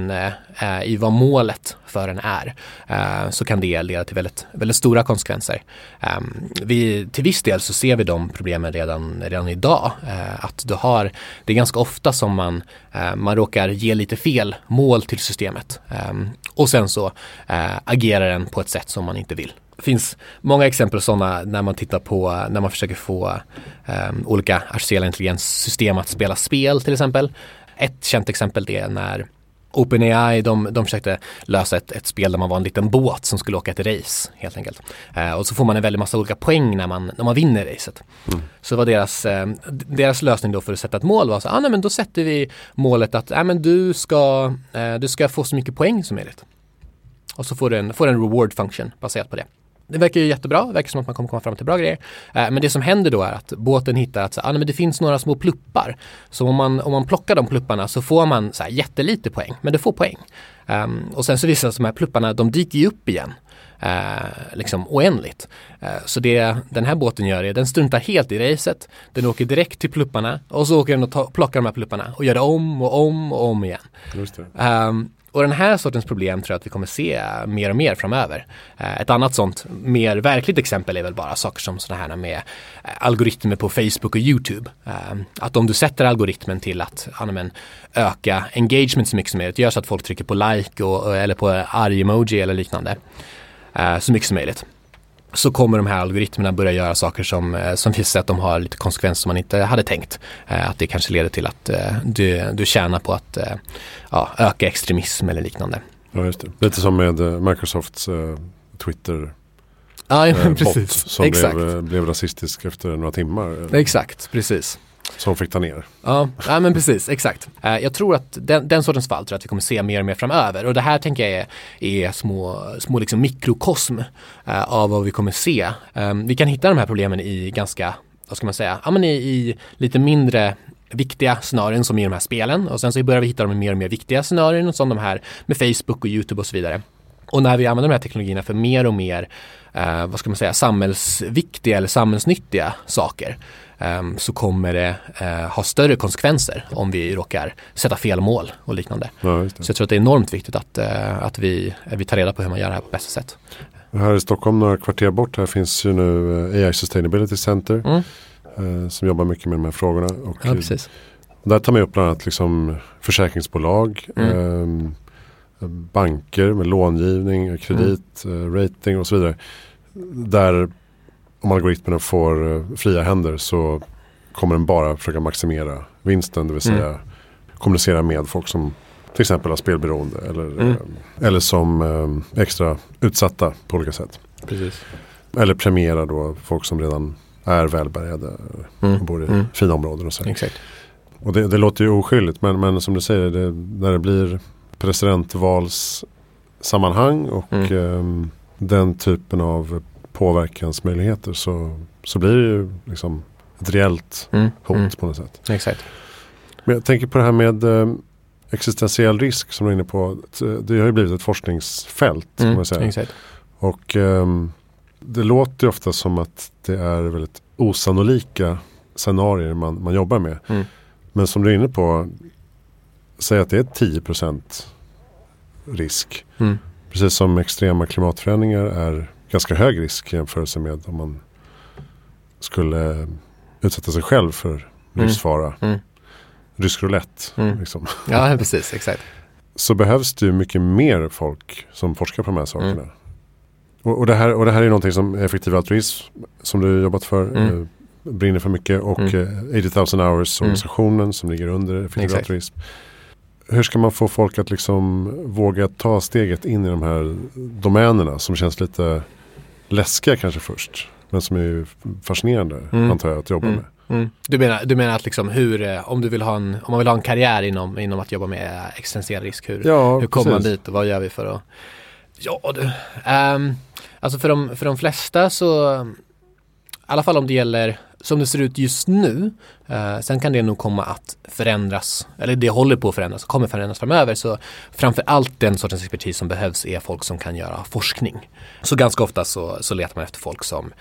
i vad målet för den är så kan det leda till väldigt, väldigt stora konsekvenser. Till viss del så ser vi de problemen redan idag. Att det är ganska ofta som man råkar ge lite fel mål till systemet. Och sen så agerar den på ett sätt som man inte vill. Det finns många exempel sådana när man försöker få olika artificiella intelligenssystem att spela spel till exempel. Ett känt exempel är när OpenAI de försökte lösa ett spel där man var en liten båt som skulle åka ett race helt enkelt. Och så får man en väldigt massa olika poäng när man vinner racet. Så var deras lösning då för att sätta ett mål var så men då sätter vi målet att du ska få så mycket poäng som möjligt. Och så får du en reward function baserat på det. Det verkar ju jättebra, det verkar som att man kommer komma fram till bra grejer. Men det som händer då är att båten hittar att men det finns några små pluppar. Så om man plockar de plupparna så får man så här jättelite poäng, men det får poäng. Och sen så visar det att de här plupparna, de dyker ju upp igen. Liksom oändligt. Så det den här båten gör är den struntar helt i racet. Den åker direkt till plupparna och så åker den och plockar de här plupparna och gör det om och om och om igen. Just det. Och den här sortens problem tror jag att vi kommer se mer och mer framöver. Ett annat sånt mer verkligt exempel är väl bara saker som sådana här med algoritmer på Facebook och YouTube. Att om du sätter algoritmen till att öka engagement så mycket som möjligt, gör så att folk trycker på like eller på arg-emoji eller liknande så mycket som möjligt. Så kommer de här algoritmerna börja göra saker som visar att de har lite konsekvenser som man inte hade tänkt. Att det kanske leder till att du tjänar på att öka extremism eller liknande. Ja, just det. Lite som med Microsofts Twitter. bot som blev rasistisk efter några timmar. Exakt, precis. Som fick ta ner. Ja, men precis, exakt. Jag tror att den sortens fall tror jag att vi kommer se mer och mer framöver. Och det här tänker jag är små liksom mikrokosm av vad vi kommer se. Vi kan hitta de här problemen i ganska, vad ska man säga, i lite mindre viktiga scenarion som i de här spelen. Och sen så börjar vi hitta de mer och mer viktiga scenarion som de här med Facebook och YouTube och så vidare. Och när vi använder de här teknologierna för mer och mer vad ska man säga, samhällsviktiga eller samhällsnyttiga saker så kommer det ha större konsekvenser om vi råkar sätta fel mål och liknande. Ja, just det. Så jag tror att det är enormt viktigt att vi tar reda på hur man gör det här på bästa sätt. Här i Stockholm, några kvarter bort, här finns ju nu AI Sustainability Center som jobbar mycket med de här frågorna. Och ja, precis. Där tar man upp bland annat liksom försäkringsbolag, banker med långivning, kredit, rating och så vidare. Där om algoritmerna får fria händer så kommer den bara försöka maximera vinsten, det vill säga kommunicera med folk som till exempel har spelberoende eller som extra utsatta på olika sätt. Precis. Eller premiera då folk som redan är välbärgade och bor i fina områden och så. Exakt. Och det låter ju oskyldigt, men som du säger, när det blir presidentvalssammanhang och den typen av påverkansmöjligheter så blir det ju liksom ett reellt hot på något sätt. Exakt. Men jag tänker på det här med existentiell risk som du är inne på. Det har ju blivit ett forskningsfält kan man säga. Exakt. Och det låter ju ofta som att det är väldigt osannolika scenarier man jobbar med. Men som du är inne på, säg att det är 10% risk. Precis som extrema klimatförändringar är ganska hög risk i jämförelse med om man skulle utsätta sig själv för livsfara. Rysk roulette. Liksom. Ja, precis. Exakt. Så behövs det ju mycket mer folk som forskar på de här sakerna. Och det här är någonting som Effektiv Altruism som du jobbat för brinner för mycket och 80,000 hours organisationen som ligger under Effektiv Altruism. Hur ska man få folk att liksom våga ta steget in i de här domänerna som känns lite läskiga kanske först, men som är fascinerande antar jag att jobba med. Du menar att liksom om man vill ha en karriär inom att jobba med existentiell risk, hur kommer man dit och vad gör vi för att alltså för de flesta så i alla fall om det gäller som det ser ut just nu, sen kan det nog komma att förändras, eller det håller på att förändras och kommer förändras framöver, så framför allt den sortens expertis som behövs är folk som kan göra forskning. Så ganska ofta så letar man efter folk som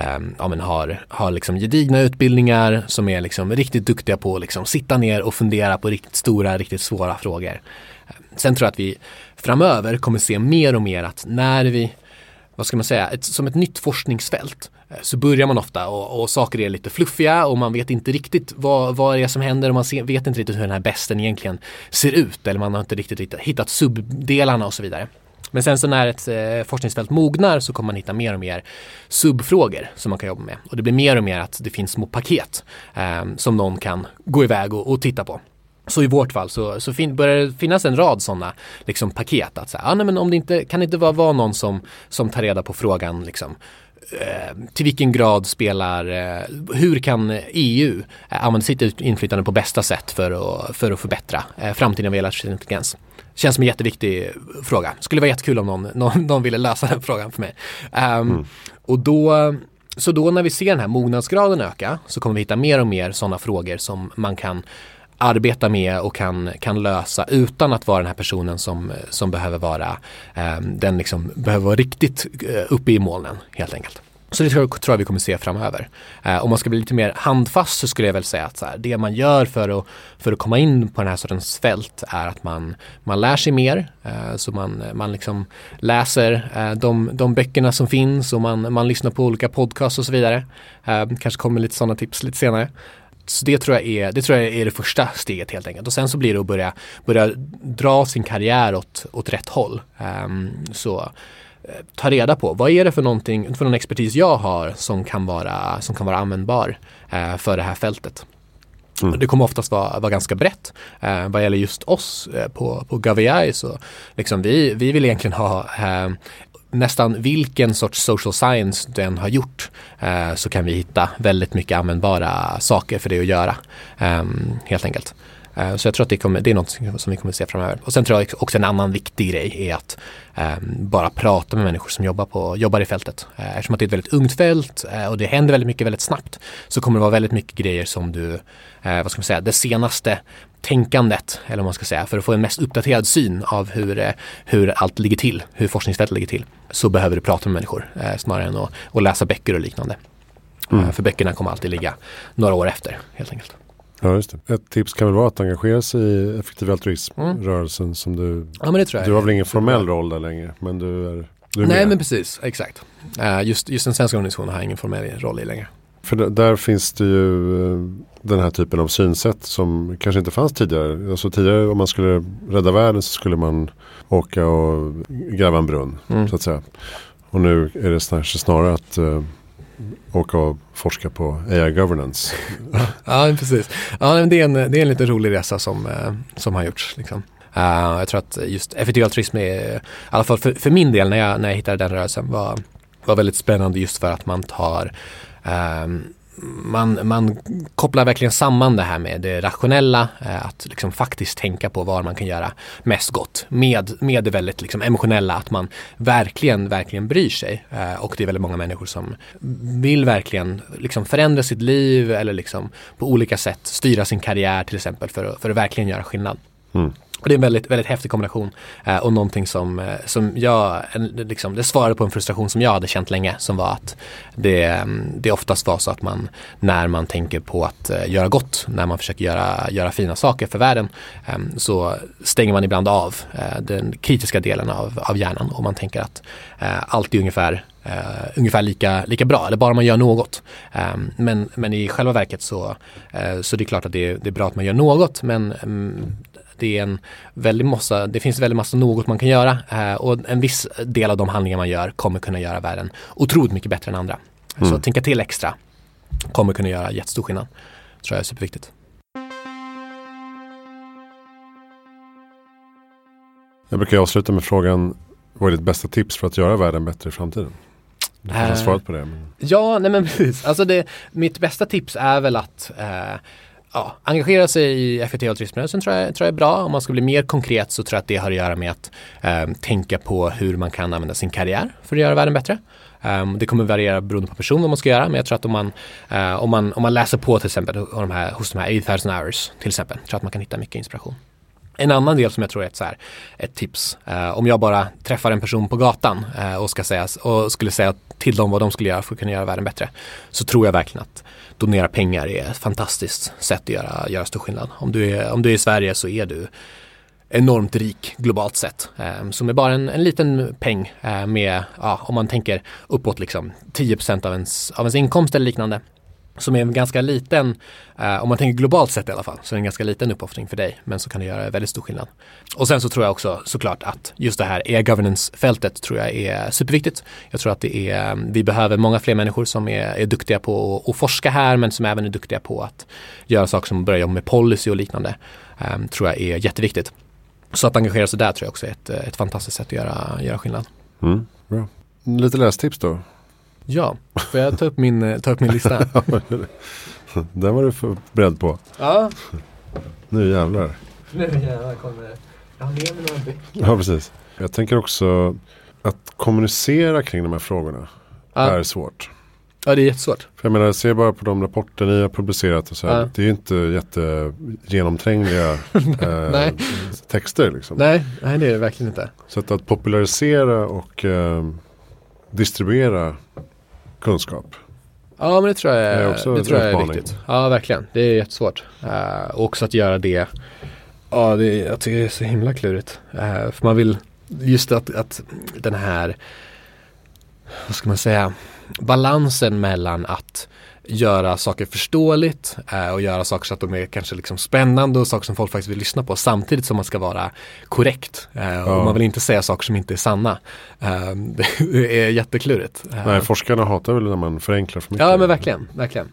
har liksom gedigna utbildningar, som är liksom riktigt duktiga på att liksom sitta ner och fundera på riktigt stora, riktigt svåra frågor. Sen tror jag att vi framöver kommer se mer och mer att när vi, vad ska man säga, som ett nytt forskningsfält så börjar man ofta och saker är lite fluffiga och man vet inte riktigt vad det är som händer och man vet inte riktigt hur den här besten egentligen ser ut, eller man har inte riktigt hittat subdelarna och så vidare. Men sen så när ett forskningsfält mognar så kommer man hitta mer och mer subfrågor som man kan jobba med, och det blir mer och mer att det finns små paket som någon kan gå iväg och titta på. Så i vårt fall så börjar det finnas en rad sådana liksom paket att säga, men om det inte kan det inte vara någon som tar reda på frågan liksom, till vilken grad hur kan EU använda sitt inflytande på bästa sätt för att förbättra framtiden vad gäller artificiell intelligens. Känns som en jätteviktig fråga. Skulle vara jättekul om någon ville lösa den frågan för mig. Och då när vi ser den här mognadsgraden öka så kommer vi hitta mer och mer sådana frågor som man kan arbeta med och kan lösa utan att vara den här personen som behöver vara den liksom behöver vara riktigt uppe i molnen helt enkelt. Så det tror jag vi kommer se framöver. Om man ska bli lite mer handfast så skulle jag väl säga att så här, det man gör för att komma in på den här sortens fält är att man lär sig mer. Så man liksom läser de böckerna som finns och man lyssnar på olika podcasts och så vidare. Kanske kommer lite sådana tips lite senare. Så det tror jag är det första steget helt enkelt. Och sen så blir det att börja dra sin karriär åt rätt håll. Så ta reda på vad är det för någon expertis jag har som kan vara användbar för det här fältet. Det kommer oftast vara ganska brett. Vad gäller just oss på GovAI så liksom vi vill egentligen ha nästan vilken sorts social science den har gjort så kan vi hitta väldigt mycket användbara saker för det att göra, helt enkelt. Så jag tror att det är något som vi kommer att se framöver. Och sen tror jag också en annan viktig grej är att bara prata med människor som jobbar i fältet. Eftersom att det är ett väldigt ungt fält och det händer väldigt mycket väldigt snabbt, så kommer det vara väldigt mycket grejer som du, det senaste tänkandet, eller vad man ska säga, för att få en mest uppdaterad syn av hur allt ligger till, hur forskningsfältet ligger till, så behöver du prata med människor snarare än att läsa böcker och liknande. För böckerna kommer alltid ligga några år efter, helt enkelt. Ja, just det. Ett tips kan väl vara att engagera sig i effektiv altruism-rörelsen som du... Ja, men det tror jag. Du har väl ingen formell roll där längre, men du är Nej, med. men precis. Exakt. Just den svenska organisationen har ingen formell roll i längre. För där finns det ju den här typen av synsätt som kanske inte fanns tidigare. Alltså tidigare, om man skulle rädda världen, så skulle man åka och gräva en brunn, så att säga. Och nu är det snarare att åka och forska på AI governance. Ja, precis. Ja, det är en lite rolig resa som har gjorts. Liksom. Jag tror att just effektiv altruism är, i alla fall för min del när jag hittade den rörelsen, var väldigt spännande, just för att man tar man kopplar verkligen samman det här med det rationella, att liksom faktiskt tänka på var man kan göra mest gott med det väldigt liksom emotionella, att man verkligen bryr sig, och det är väldigt många människor som vill verkligen liksom förändra sitt liv eller liksom på olika sätt styra sin karriär till exempel för att verkligen göra skillnad. Och det är en väldigt, väldigt häftig kombination, och någonting som jag liksom, det svarade på en frustration som jag hade känt länge, som var att det oftast var så att man, när man tänker på att göra gott, när man försöker göra fina saker för världen, så stänger man ibland av den kritiska delen av hjärnan, och man tänker att allt är ungefär lika bra, eller bara man gör något. Men i själva verket så det är klart att det är bra att man gör något, men det finns väldigt massa något man kan göra, och en viss del av de handlingar man gör kommer kunna göra världen otroligt mycket bättre än andra. Så tänka till extra kommer kunna göra jättestor skillnad. Tror jag är superviktigt. Jag brukar avsluta med frågan: vad är ditt bästa tips för att göra världen bättre i framtiden? Du har svarat på det. Men... Ja, nej men precis. Alltså mitt bästa tips är väl att engagera sig i effektiv altruism. Tror jag är bra. Om man ska bli mer konkret, så tror jag att det har att göra med att tänka på hur man kan använda sin karriär för att göra världen bättre. Det kommer variera beroende på person vad man ska göra, men jag tror att om man läser på till exempel hos de här 8000 hours till exempel, tror jag att man kan hitta mycket inspiration. En annan del som jag tror är ett tips, om jag bara träffar en person på gatan och skulle säga till dem vad de skulle göra för att kunna göra världen bättre, så tror jag verkligen att donera pengar är ett fantastiskt sätt att göra stor skillnad. Om du är i Sverige, så är du enormt rik globalt sett. Som är bara en liten peng med, om man tänker uppåt liksom 10% av ens inkomst eller liknande, som är en ganska liten, om man tänker globalt sett i alla fall, så är det en ganska liten uppoffring för dig, men så kan det göra väldigt stor skillnad. Och sen så tror jag också såklart att just det här e-governance-fältet tror jag är superviktigt. Jag tror att vi behöver många fler människor som är duktiga på att forska här, men som även är duktiga på att göra saker som börjar jobba med policy och liknande, tror jag är jätteviktigt. Så att engagera sig där tror jag också är ett fantastiskt sätt att göra skillnad. Bra. Lite lästips då? Ja, får jag ta upp min lista? Den var du beredd på. Ja. Nu jävlar. Kommer jag har med mig några böcker. Ja, precis. Jag tänker också att kommunicera kring de här frågorna är svårt. Ja, det är jättesvårt. För jag menar, se bara på de rapporter ni har publicerat och så här. Det är ju inte jättegenomträngliga texter liksom. Nej, det är det verkligen inte. Så att popularisera och distribuera kunskap. Ja, men det tror jag är viktigt. Ja, verkligen. Det är jättesvårt. Och också att göra det. Ja, jag tycker det är så himla klurigt. För man vill just att den här, vad ska man säga, balansen mellan att göra saker förståeligt och göra saker så att de är kanske liksom spännande och saker som folk faktiskt vill lyssna på, samtidigt som man ska vara korrekt. Och man vill inte säga saker som inte är sanna. Det är jätteklurigt. Nej, forskarna hatar väl när man förenklar för mycket. Ja, men verkligen.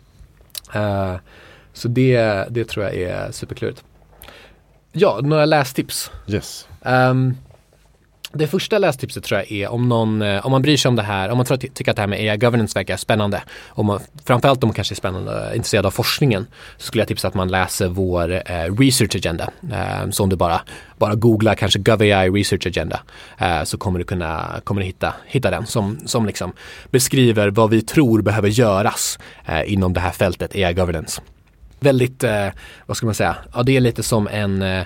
Så det tror jag är superklurigt. Ja, några lästips. Yes. Det första lästipset tror jag är om man bryr sig om det här, om man tycker att det här med AI governance verkar spännande, framförallt om man kanske är intresserad av forskningen, så skulle jag tipsa att man läser vår research agenda. Så om du bara googlar kanske GovAI research agenda, så kommer du hitta den som liksom beskriver vad vi tror behöver göras inom det här fältet AI governance. Väldigt, vad ska man säga, ja, det är lite som en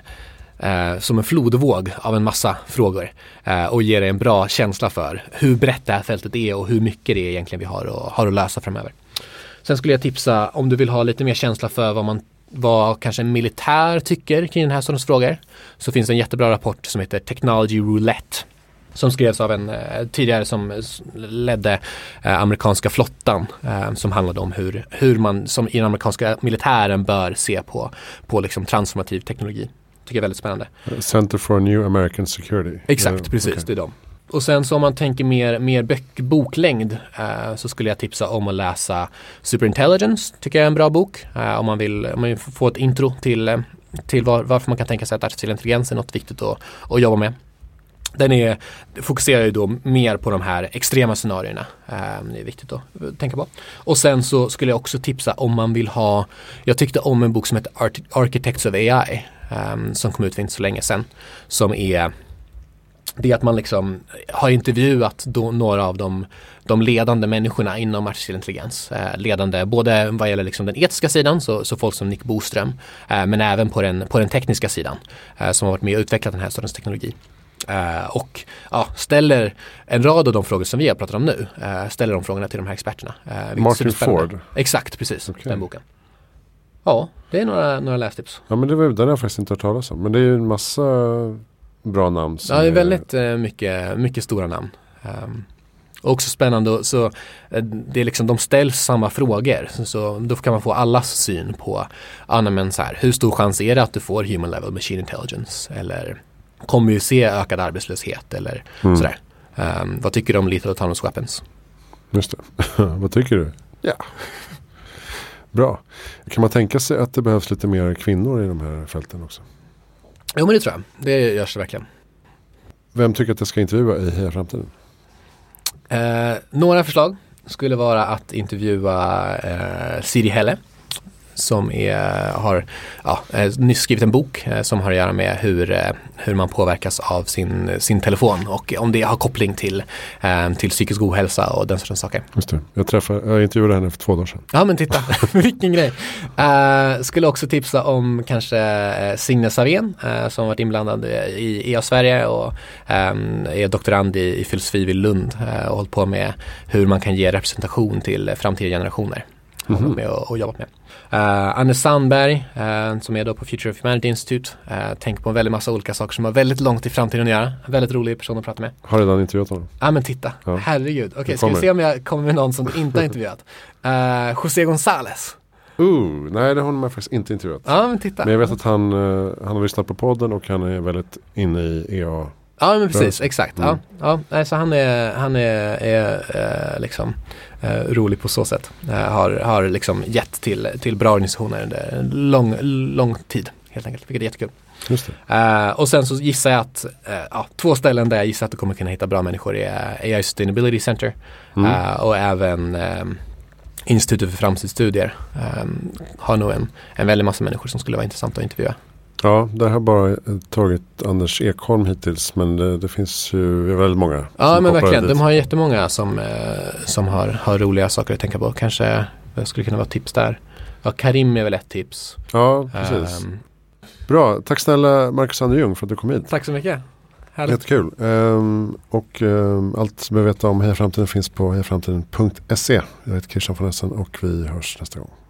flodvåg av en massa frågor och ger dig en bra känsla för hur brett det här fältet är och hur mycket det är egentligen vi har att lösa framöver. Sen skulle jag tipsa om du vill ha lite mer känsla för vad kanske en militär tycker kring den här sortens frågor, så finns en jättebra rapport som heter Technology Roulette, som skrevs av en tidigare som ledde amerikanska flottan, som handlade om hur man som i den amerikanska militären bör se på liksom transformativ teknologi. Tycker jag är väldigt spännande. Center for New American Security. Exakt, precis, okay. Det är de. Och sen så om man tänker mer boklängd, så skulle jag tipsa om att läsa Superintelligence, tycker jag är en bra bok. Om man vill få ett intro till varför man kan tänka sig att artificiell intelligens är något viktigt att jobba med. Den fokuserar ju då mer på de här extrema scenarierna. Det är viktigt att tänka på. Och sen så skulle jag också tipsa om man vill jag tyckte om en bok som heter Architects of AI, som kom ut för inte så länge sedan, som är att man liksom har intervjuat då några av de ledande människorna inom artificiell intelligens. Ledande både vad gäller liksom den etiska sidan, så folk som Nick Boström, men även på den tekniska sidan, som har varit med och utvecklat den här sortens teknologi. Och ställer en rad av de frågor som vi har pratat om nu, ställer de frågorna till de här experterna. Martin Ford. Exakt, precis. Okay. Den boken. Ja, det är några lästips. Ja, men den har jag faktiskt inte hört talas om. Men det är ju en massa bra namn. Ja, det är väldigt mycket stora namn. Och också spännande, så det är liksom, de ställs samma frågor, så då kan man få allas syn på så här, hur stor chans är det att du får human level machine intelligence, eller kommer ju se ökad arbetslöshet, eller sådär. Vad tycker du om lethal autonomous weapons? Just det. Vad tycker du? Ja. Bra. Kan man tänka sig att det behövs lite mer kvinnor i de här fälten också? Jo, men det tror jag. Det görs det verkligen. Vem tycker att jag ska intervjua i Heja Framtiden? Några förslag skulle vara att intervjua Siri Helle, som har nyss skrivit en bok som har att göra med hur man påverkas av sin telefon, och om det har koppling till psykisk ohälsa och den sortens saker. Just det. Jag intervjuade henne för 2 dagar sedan. Ja, men titta, vilken grej. Skulle också tipsa om kanske Signe Savén, som har varit inblandad i EA Sverige och är doktorand i filosofi vid Lund, och hållit på med hur man kan ge representation till framtida generationer. Med och jobbat med. Anders Sandberg, som är då på Future of Humanity Institute, tänker på en väldigt massa olika saker som har väldigt långt i framtiden att göra. En väldigt rolig person att prata med. Har du redan intervjuat honom? Ja, men titta. Ja. Herregud. Okej, ska vi se om jag kommer med någon som du inte har intervjuat. José González. Nej, det har man faktiskt inte intervjuat. Ja, men titta. Men jag vet att han har lyssnat på podden och han är väldigt inne i EA. Ja, men precis, exakt. Så han är liksom rolig på så sätt. Har liksom gett till bra organisationer under en lång tid, helt enkelt, vilket är jättekul. Just det. Och sen så gissar jag att 2 ställen där jag gissar att du kommer kunna hitta bra människor är AI Sustainability Center och även Institutet för framtidsstudier har nog en väldigt massa människor som skulle vara intressant att intervjua. Ja, det har bara tagit Anders Ekholm hittills, men det finns ju väldigt många. Ja, men verkligen. De har jättemånga som har roliga saker att tänka på. Kanske det skulle kunna vara tips där. Ja, Karim är väl ett tips. Ja, precis. Bra, tack snälla Marcus Ander Ljung för att du kom hit. Tack så mycket. Härligt. Jättekul. Och allt som vi vet om Heja Framtiden finns på hejaframtiden.se. Jag heter Christian von Essen och vi hörs nästa gång.